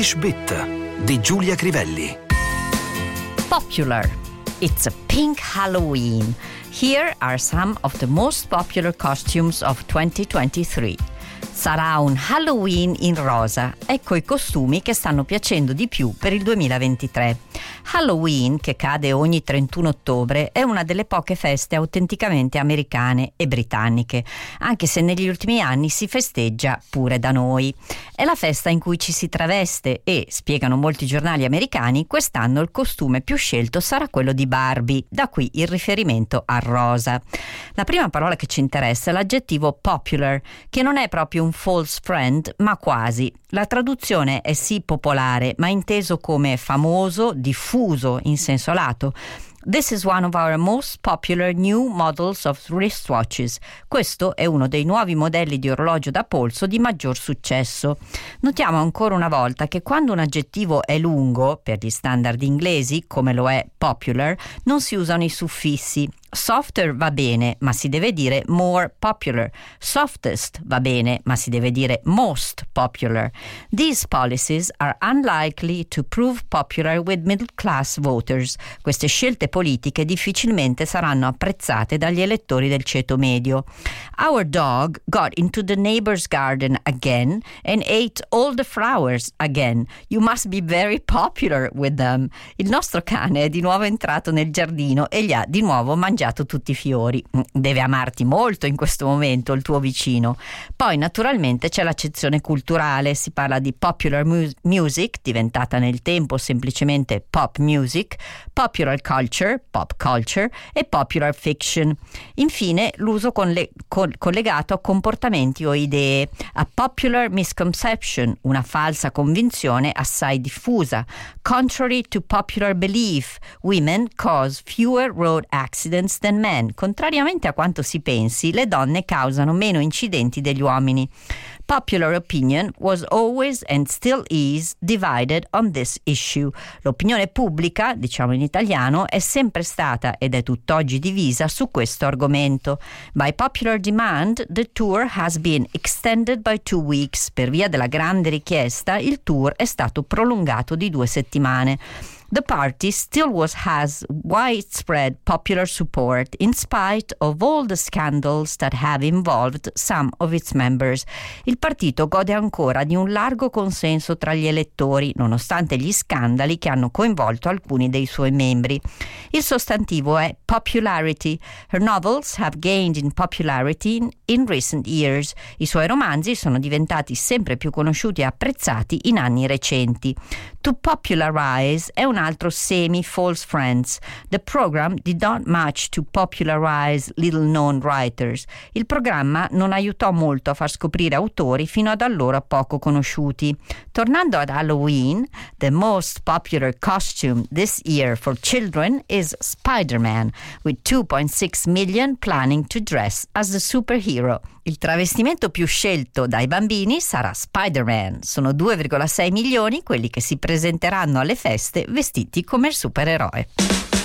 English Bit di Giulia Crivelli. Popular. It's a pink Halloween. Here are some of the most popular costumes of 2023. Sarà un Halloween in rosa. Ecco i costumi che stanno piacendo di più per il 2023. Halloween, che cade ogni 31 ottobre, è una delle poche feste autenticamente americane e britanniche, anche se negli ultimi anni si festeggia pure da noi. È la festa in cui ci si traveste e, spiegano molti giornali americani, quest'anno il costume più scelto sarà quello di Barbie, da qui il riferimento al rosa. La prima parola che ci interessa è l'aggettivo popular, che non è proprio un false friend, ma quasi. La traduzione è sì popolare, ma inteso come famoso, diffuso in senso lato. This is one of our most popular new models of wristwatches. Questo è uno dei nuovi modelli di orologio da polso di maggior successo. Notiamo ancora una volta che quando un aggettivo è lungo, per gli standard inglesi, come lo è popular, non si usano i suffissi. Softer va bene, ma si deve dire more popular. Softest va bene, ma si deve dire most popular. These policies are unlikely to prove popular with middle class voters. Queste scelte politiche difficilmente saranno apprezzate dagli elettori del ceto medio. Our dog got into the neighbor's garden again and ate all the flowers again. You must be very popular with them. Il nostro cane è di nuovo entrato nel giardino e gli ha di nuovo mangiato tutti i fiori. Deve amarti molto in questo momento il tuo vicino. Poi naturalmente c'è l'accezione culturale, si parla di popular music, diventata nel tempo semplicemente pop music, popular culture, pop culture e popular fiction. Infine l'uso collegato a comportamenti o idee, a popular misconception, una falsa convinzione assai diffusa. Contrary to popular belief, women cause fewer road accidents than men. Contrariamente a quanto si pensi, le donne causano meno incidenti degli uomini. Popular opinion was always and still is divided on this issue. L'opinione pubblica, diciamo in italiano, è sempre stata ed è tutt'oggi divisa su questo argomento. By popular demand, the tour has been extended by 2 weeks. Per via della grande richiesta, il tour è stato prolungato di 2 settimane. The party still has widespread popular support in spite of all the scandals that have involved some of its members. Il partito gode ancora di un largo consenso tra gli elettori, nonostante gli scandali che hanno coinvolto alcuni dei suoi membri. Il sostantivo è popularity. Her novels have gained in popularity in recent years. I suoi romanzi sono diventati sempre più conosciuti e apprezzati in anni recenti. To popularize è un altro semi-false friends. The program did not much to popularize little-known writers. Il programma non aiutò molto a far scoprire autori fino ad allora poco conosciuti. Tornando ad Halloween, the most popular costume this year for children is Spider-Man, with 2.6 million planning to dress as the superhero. Il travestimento più scelto dai bambini sarà Spider-Man. Sono 2,6 milioni quelli che si presenteranno alle feste vestiti come il supereroe.